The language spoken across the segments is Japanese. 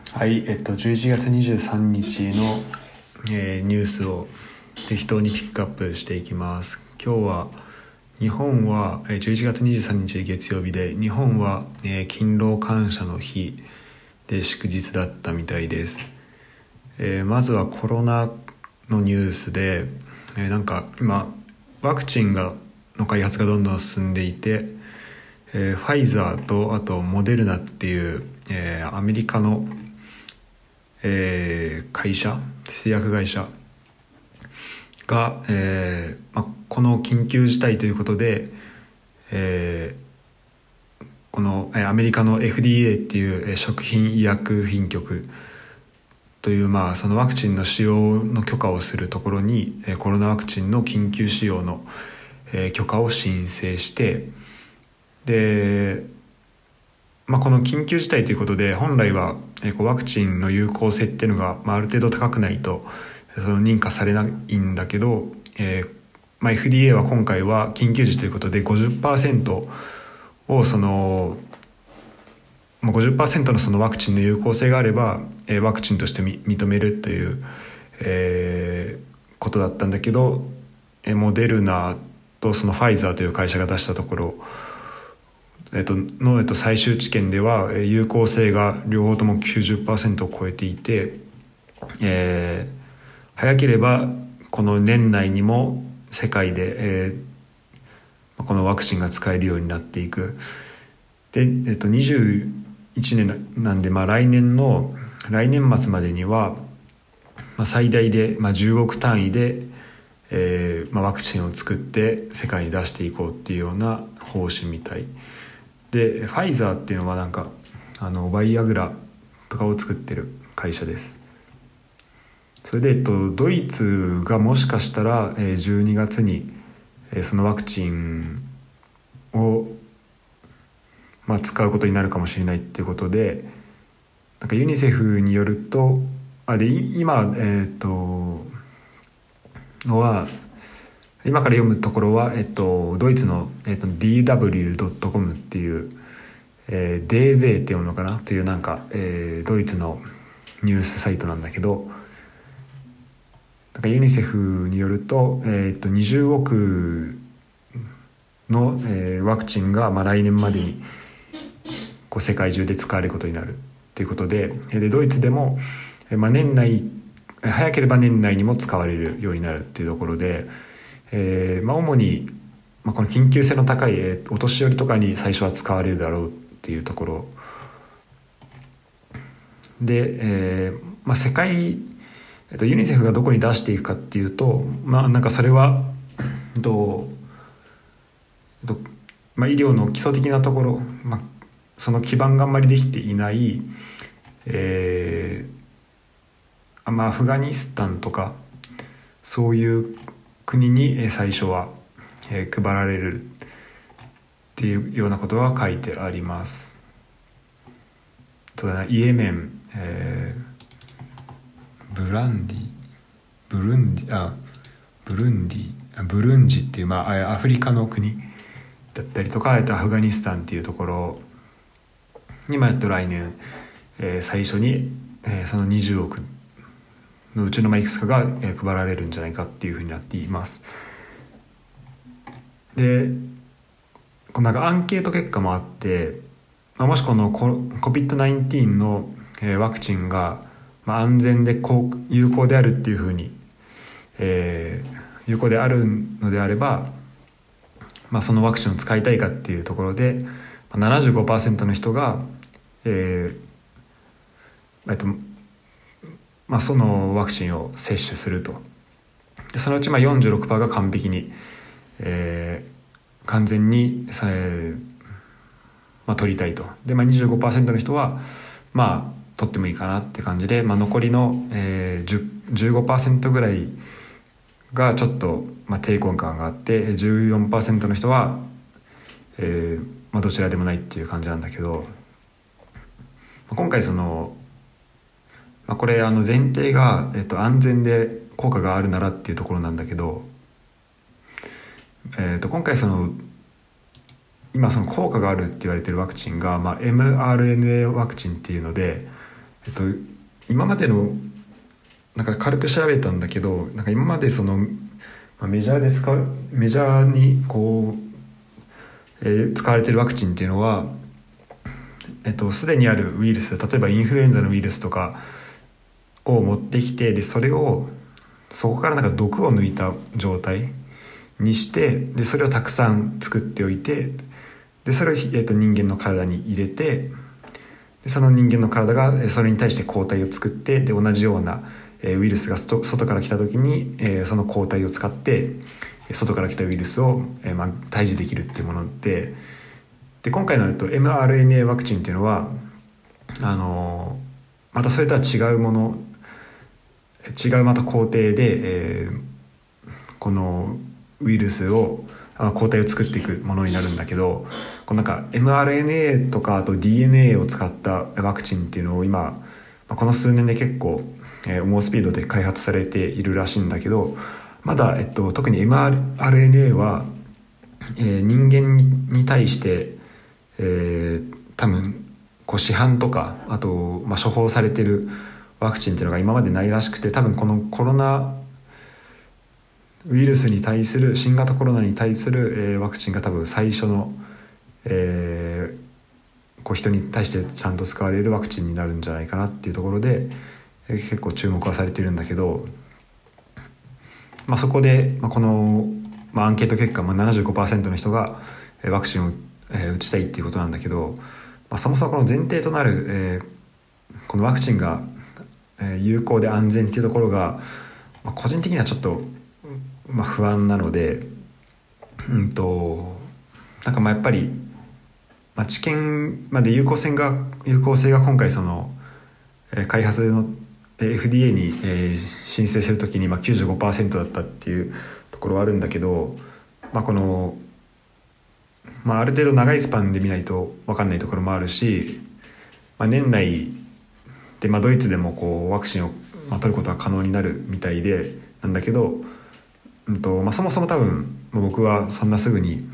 はい、11月23日の、ニュースを適当にピックアップしていきます。今日は日本は11月23日月曜日で、日本は、勤労感謝の日で祝日だったみたいです。まずはコロナのニュースで、なんか今ワクチンの開発がどんどん進んでいて、ファイザーとあとモデルナっていう、アメリカの会社、製薬会社が、この緊急事態ということで、このアメリカの FDA っていう食品医薬品局という、そのワクチンの使用の許可をするところにコロナワクチンの緊急使用の許可を申請して、でこの緊急事態ということで、本来はワクチンの有効性っていうのがある程度高くないとその認可されないんだけど、FDA は今回は緊急時ということで 50% を50% のそのワクチンの有効性があればワクチンとして認めるという、ことだったんだけど、モデルナとそのファイザーという会社が出したところの最終治験では有効性が両方とも 90% を超えていて、早ければこの年内にも世界で、このワクチンが使えるようになっていく。で、21年なんで、来年末までには、最大で、10億単位で、ワクチンを作って世界に出していこうっていうような方針みたいで、ファイザーっていうのはバイアグラとかを作ってる会社です。それで、ドイツがもしかしたら12月にそのワクチンを、使うことになるかもしれないっていうことで、ユニセフによると今今から読むところは、ドイツの、dw.com っていう、DW って読むのかなというドイツのニュースサイトなんだけど、ユニセフによると、20億の、ワクチンが、来年までに世界中で使われることになるということで、ドイツでも、早ければ年内にも使われるようになるっていうところで、主に、この緊急性の高い、お年寄りとかに最初は使われるだろうっていうところで、世界、ユニセフがどこに出していくかっていうと、それは医療の基礎的なところ、その基盤があんまりできていない、アフガニスタンとかそういう国に最初は配られるっていうようなことが書いてあります。イエメン、ブルンジっていう、アフリカの国だったりとか、アフガニスタンっていうところに来年、最初に、その20億のうちのいくつかが、配られるんじゃないかっていうふうになっています。で、アンケート結果もあって、もしこの COVID-19 の、ワクチンが、安全で有効であるっていうふうに、有効であるのであれば、そのワクチンを使いたいかっていうところで 75% の人が、そのワクチンを接種すると。でそのうち46% が完璧に、完全に、取りたいと。で、25% の人は取ってもいいかなって感じで、残りの、15% ぐらいがちょっと、抵抗感があって、14% の人は、どちらでもないっていう感じなんだけど、今回これ前提が、安全で効果があるならっていうところなんだけど、今回今効果があるって言われてるワクチンが、mRNA ワクチンっていうので、 えっと、今までのなんか軽く調べたんだけど、なんか今までメジャーに使われているワクチンっていうのは、すでにあるウイルス、例えばインフルエンザのウイルスとかを持ってきて、でそこからなんか毒を抜いた状態にして、でそれをたくさん作っておいて、でそれを、人間の体に入れて、でその人間の体がそれに対して抗体を作って、で同じようなウイルスが外から来た時にその抗体を使って外から来たウイルスを退治できるっていうもので、今回のmRNA ワクチンっていうのはまたそれとは違うまた工程で、このウイルスを抗体を作っていくものになるんだけど、このなんか mRNA とかあと DNA を使ったワクチンっていうのを今この数年で結構猛スピードで開発されているらしいんだけど、まだ、特に mRNA は、人間に対して、多分市販とかあと、処方されてるワクチンっていうのが今までないらしくて、多分このコロナウイルスに対する新型コロナに対する、ワクチンが多分最初の、人に対してちゃんと使われるワクチンになるんじゃないかなっていうところで、結構注目はされてるんだけど、そこで、この、アンケート結果、75% の人がワクチンを打ちたいっていうことなんだけど、そもそもこの前提となる、このワクチンが有効で安全っていうところが、個人的にはちょっと、不安なので、なんかやっぱり、治験まで有効性が今回開発の FDA に、申請するときに95% だったっていうところはあるんだけど、このある程度長いスパンで見ないと分かんないところもあるし、年内でドイツでもワクチンを取ることは可能になるみたいなんだけど、そもそも多分僕はそんなすぐに、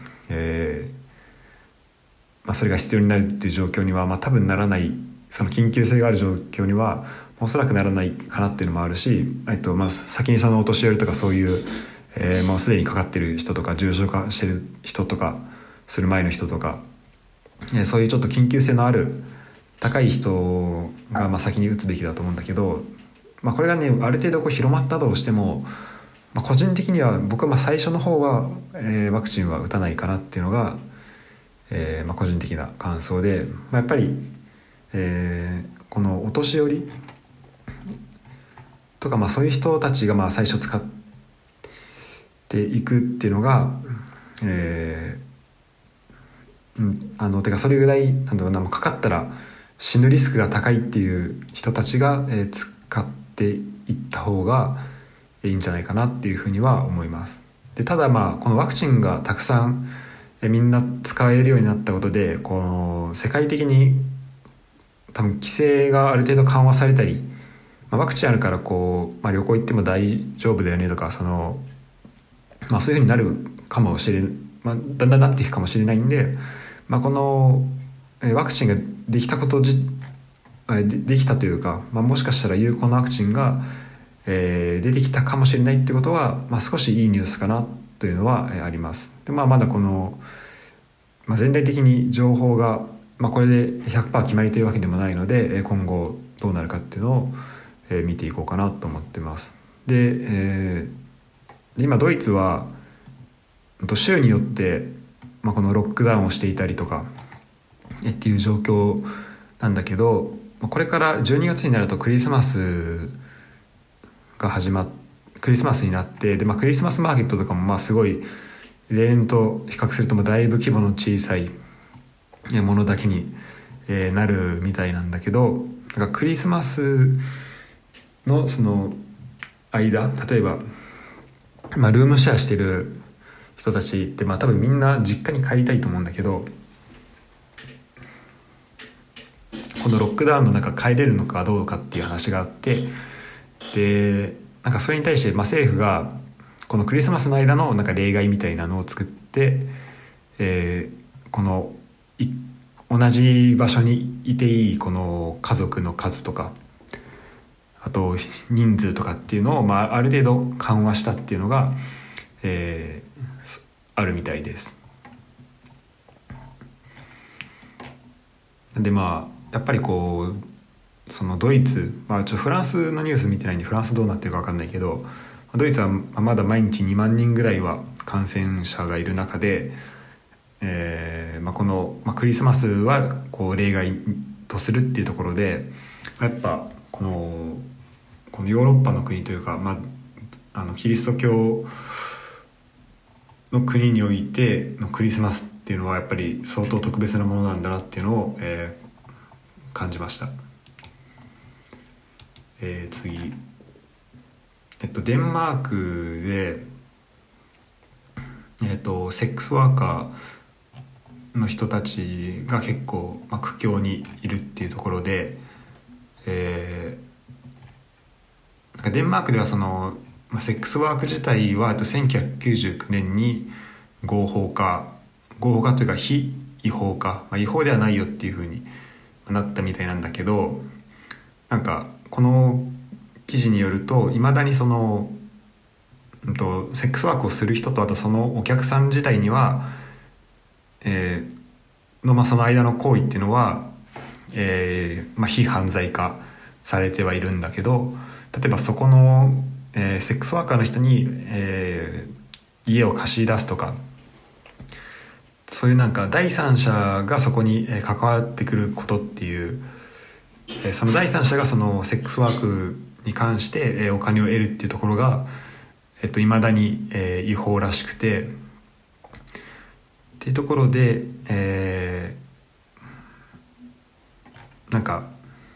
それが必要になるっていう状況には多分ならない、その緊急性がある状況にはおそらくならないかなっていうのもあるし、先にそのお年寄りとかそういう、もうすでにかかってる人とか重症化してる人とかする前の人とか、そういうちょっと緊急性のある高い人が先に打つべきだと思うんだけど、これがねある程度広まったとしても、個人的には僕は最初の方は、ワクチンは打たないかなっていうのが、個人的な感想で、やっぱり、このお年寄りとか、そういう人たちが最初使っていくっていうのが、てかそれぐらいなんだろうな、かかったら死ぬリスクが高いっていう人たちが、使っていった方がいいんじゃないかなっていうふうには思います。でただこのワクチンがたくさんみんな使えるようになったことで、この世界的に多分規制がある程度緩和されたり、ワクチンあるから旅行行っても大丈夫だよねとか、そういうふうになるかもしれん、だんだんなっていくかもしれないんで、このワクチンができたできたというか、もしかしたら有効なワクチンが、出てきたかもしれないってことは、少しいいニュースかなというのは、あります。でまだこの、全体的に情報が、これで 100% 決まりというわけでもないので、今後どうなるかっていうのを、見ていこうかなと思ってます。で、今ドイツは州によって、このロックダウンをしていたりとかっていう状況なんだけど、これから12月になるとクリスマスになって、で、クリスマスマーケットとかもすごい例年と比較するとだいぶ規模の小さいものだけになるみたいなんだけど、クリスマスのその間、例えば、ルームシェアしてる人たちって多分みんな実家に帰りたいと思うんだけど、このロックダウンの中帰れるのかどうかっていう話があって、でそれに対して政府がこのクリスマスの間の例外みたいなのを作って、この同じ場所にいていいこの家族の数とかあと人数とかっていうのを、ある程度緩和したっていうのが、あるみたいです。でやっぱりそのドイツ、フランスのニュース見てないんでフランスどうなってるか分かんないけど、ドイツはまだ毎日2万人ぐらいは感染者がいる中で、この、クリスマスは例外とするっていうところで、やっぱこのヨーロッパの国というか、キリスト教の国においてのクリスマスっていうのはやっぱり相当特別なものなんだなっていうのを、感じました。次、デンマークで、セックスワーカーの人たちが結構、苦境にいるっていうところで、なんかデンマークではその、セックスワーク自体は1999年に合法化というか非違法化、違法ではないよっていう風になったみたいなんだけど、なんかこの記事によるといまだにその、セックスワークをする人とあとそのお客さん自体には、その間の行為っていうのは、非犯罪化されてはいるんだけど、例えばそこの、セックスワーカーの人に、家を貸し出すとか、そういうなんか第三者がそこに関わってくることっていう、その第三者がそのセックスワークに関してお金を得るっていうところが未だに違法らしくてっていうところで、なんか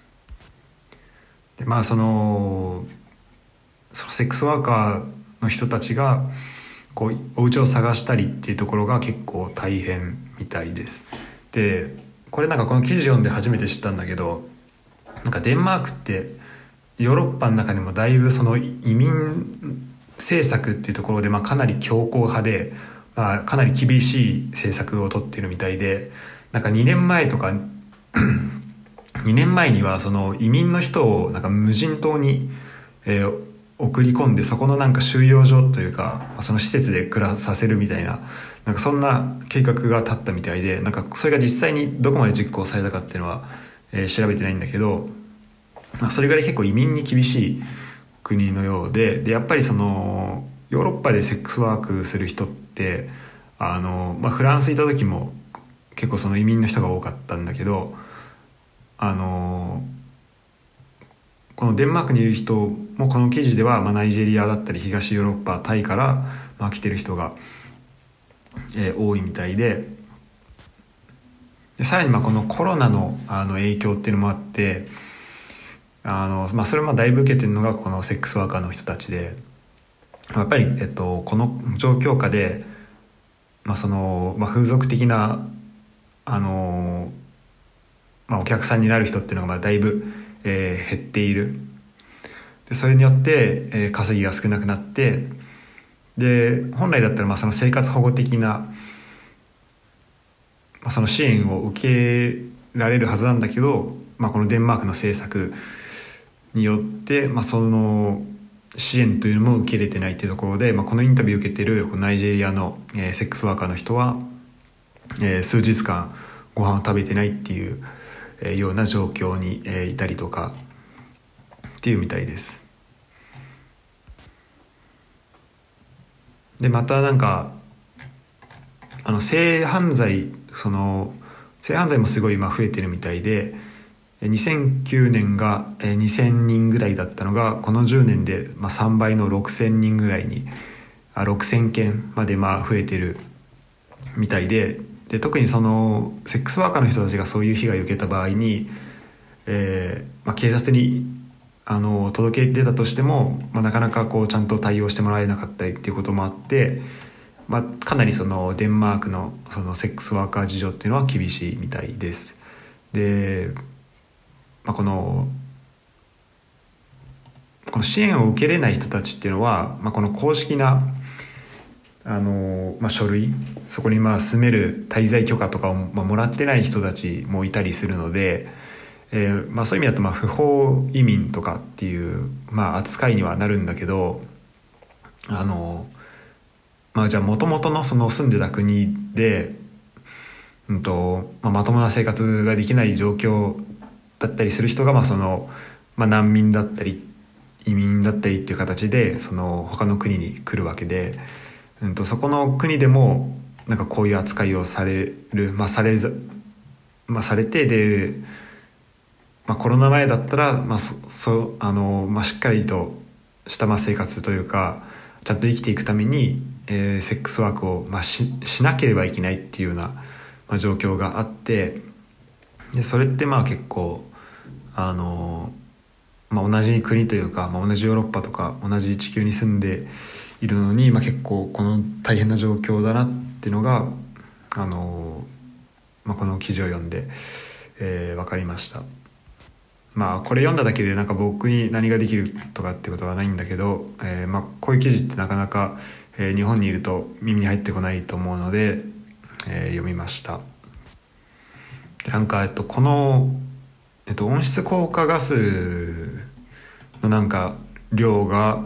でそのセックスワーカーの人たちがお家を探したりっていうところが結構大変みたいです。でこれなんかこの記事読んで初めて知ったんだけど、なんかデンマークってヨーロッパの中でもだいぶその移民政策っていうところでかなり強硬派で、かなり厳しい政策を取っているみたいで、なんか2年前とか2年前にはその移民の人をなんか無人島に、送り込んでそこのなんか収容所というかその施設で暮らさせるみたいな、なんかそんな計画が立ったみたいで、なんかそれが実際にどこまで実行されたかっていうのは、調べてないんだけど、それぐらい結構移民に厳しい国のようで、やっぱりそのヨーロッパでセックスワークする人ってフランスいた時も結構その移民の人が多かったんだけど、このデンマークにいる人もこの記事では、ナイジェリアだったり東ヨーロッパタイから、来てる人が、多いみたいで、さらにこのコロナの、影響っていうのもあって、それもだいぶ受けてるのがこのセックスワーカーの人たちで、やっぱり、この状況下で、その、風俗的なお客さんになる人っていうのがだいぶ、減っている。でそれによって、稼ぎが少なくなって、で本来だったらその生活保護的な、その支援を受けられるはずなんだけど、このデンマークの政策によって、その支援というのも受け入れてないというところで、このインタビューを受けているナイジェリアの、セックスワーカーの人は、数日間ご飯を食べてないっていう、ような状況に、いたりとかっていうみたいです。でまたなんか性犯罪もすごい今増えてるみたいで、2009年が2000人ぐらいだったのがこの10年で3倍の6000人ぐらいに6000件まで増えてるみたいで、特にそのセックスワーカーの人たちがそういう被害を受けた場合に、警察に届け出たとしても、なかなかちゃんと対応してもらえなかったりっていうこともあって、かなりそのデンマークのそのセックスワーカー事情っていうのは厳しいみたいです。で、この支援を受けれない人たちっていうのは、この公式な書類、そこに住める滞在許可とかをもらってない人たちもいたりするので、 そういう意味だと不法移民とかっていう、扱いにはなるんだけど、じゃあもともとのその住んでた国で、まともな生活ができない状況だったりする人が難民だったり移民だったりっていう形でその他の国に来るわけで、そこの国でもなんかこういう扱いをされる、されて、で、コロナ前だったら、しっかりとした生活というかちゃんと生きていくために、セックスワークを、しなければいけないっていうような、状況があって、でそれって結構同じ国というか、同じヨーロッパとか同じ地球に住んでいるのに、結構この大変な状況だなっていうのがこの記事を読んで、分かりました。これ読んだだけでなんか僕に何ができるとかってことはないんだけど、こういう記事ってなかなか、日本にいると耳に入ってこないと思うので、読みました。でなんかこの、温室効果ガスのなんか量が、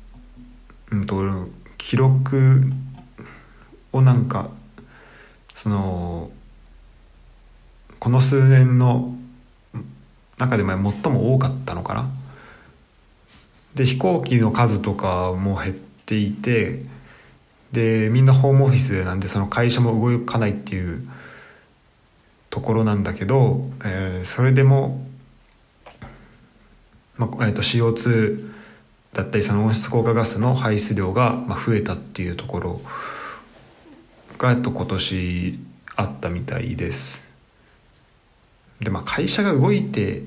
記録をなんかこの数年の中でも最も多かったのかな。で飛行機の数とかも減っていて、でみんなホームオフィスなんでその会社も動かないっていうところなんだけど、それでも、CO2 だったりその温室効果ガスの排出量が増えたっていうところが今年あったみたいです。で会社が動いて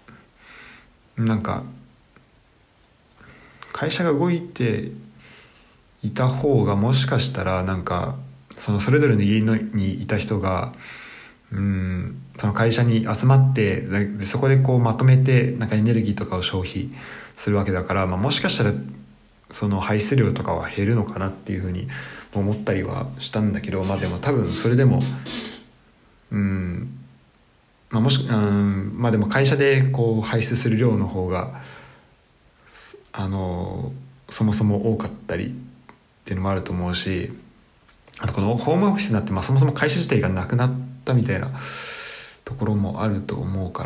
いた方がもしかしたらそれぞれの家にいた人がその会社に集まってでそこでまとめてエネルギーとかを消費するわけだから、もしかしたらその排出量とかは減るのかなっていうふうに思ったりはしたんだけど、でも多分それでもでも会社で排出する量の方がそもそも多かったりっていうのもあると思うし、あとこのホームオフィスになって、そもそも会社自体がなくなったみたいなところもあると思うから、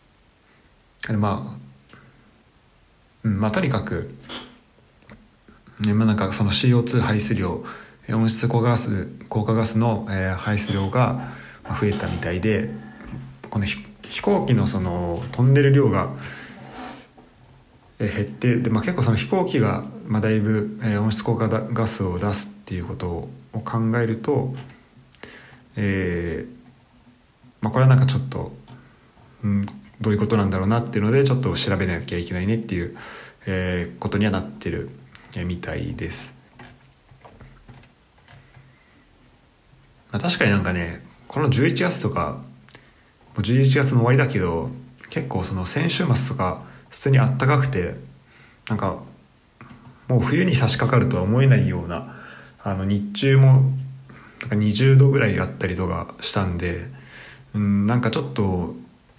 とにかく、その CO2 排出量、温室効果ガスの、排出量が増えたみたいで、この飛行機のその飛んでる量が減って、で、結構その飛行機がだいぶ温室効果ガスを出すっていうことを考えると、これはちょっと、どういうことなんだろうなっていうのでちょっと調べなきゃいけないねっていう、ことにはなってる、みたいです。確かにこの11月とかもう11月の終わりだけど、結構その先週末とか普通にあったかくて、もう冬に差し掛かるとは思えないような日中も20度ぐらいあったりとかしたんで、ちょっと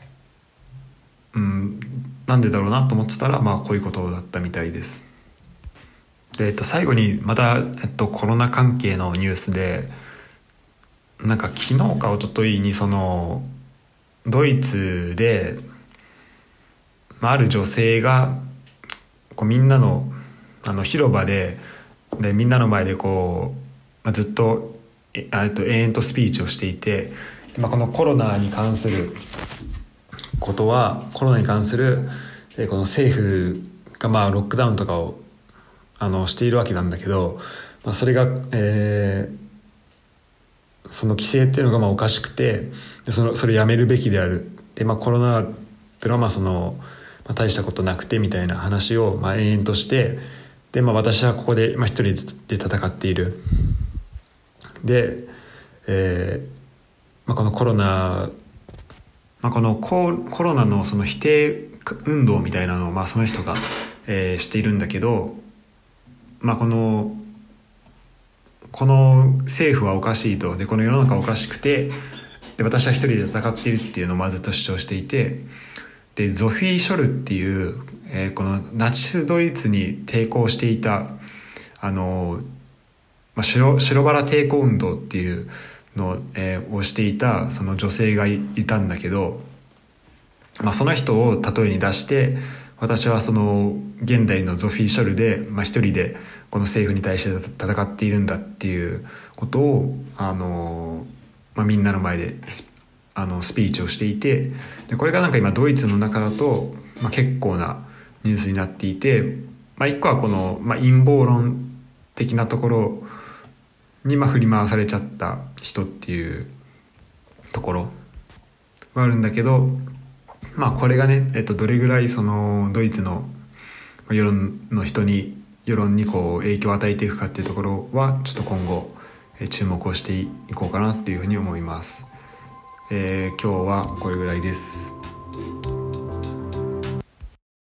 なんでだろうなと思ってたらこういうことだったみたいです。で、最後にまた、コロナ関係のニュースで昨日か一昨日にそのドイツで、ある女性がみんなの広場でみんなの前でずっと延々とスピーチをしていて、このコロナに関するこの政府がロックダウンとかをしているわけなんだけど、それが、その規制っていうのがおかしくて、でそれやめるべきである。で、コロナっていうのは大したことなくてみたいな話を延々として、で、私はここで一人で戦っている。で、このコロナのその否定運動みたいなのをその人が、しているんだけど、この政府はおかしいと。でこの世の中はおかしくて、 で私は一人で戦っているっていうのをまずと主張していて、でゾフィー・ショルっていう、このナチスドイツに抵抗していた白バラ抵抗運動っていうのをしていたその女性がいたんだけど、その人を例えに出して、私はその現代のゾフィー・ショルで、一人でこの政府に対して戦っているんだっていうことをみんなの前でスピーチをしていて、でこれがなんか今ドイツの中だと、結構なニュースになっていて、一個はこの、陰謀論的なところに振り回されちゃった人っていうところはあるんだけど、これがね、どれぐらいそのドイツの世論にこう影響を与えていくかっていうところはちょっと今後注目をしていこうかなっていうふうに思います。今日はこれぐらいです。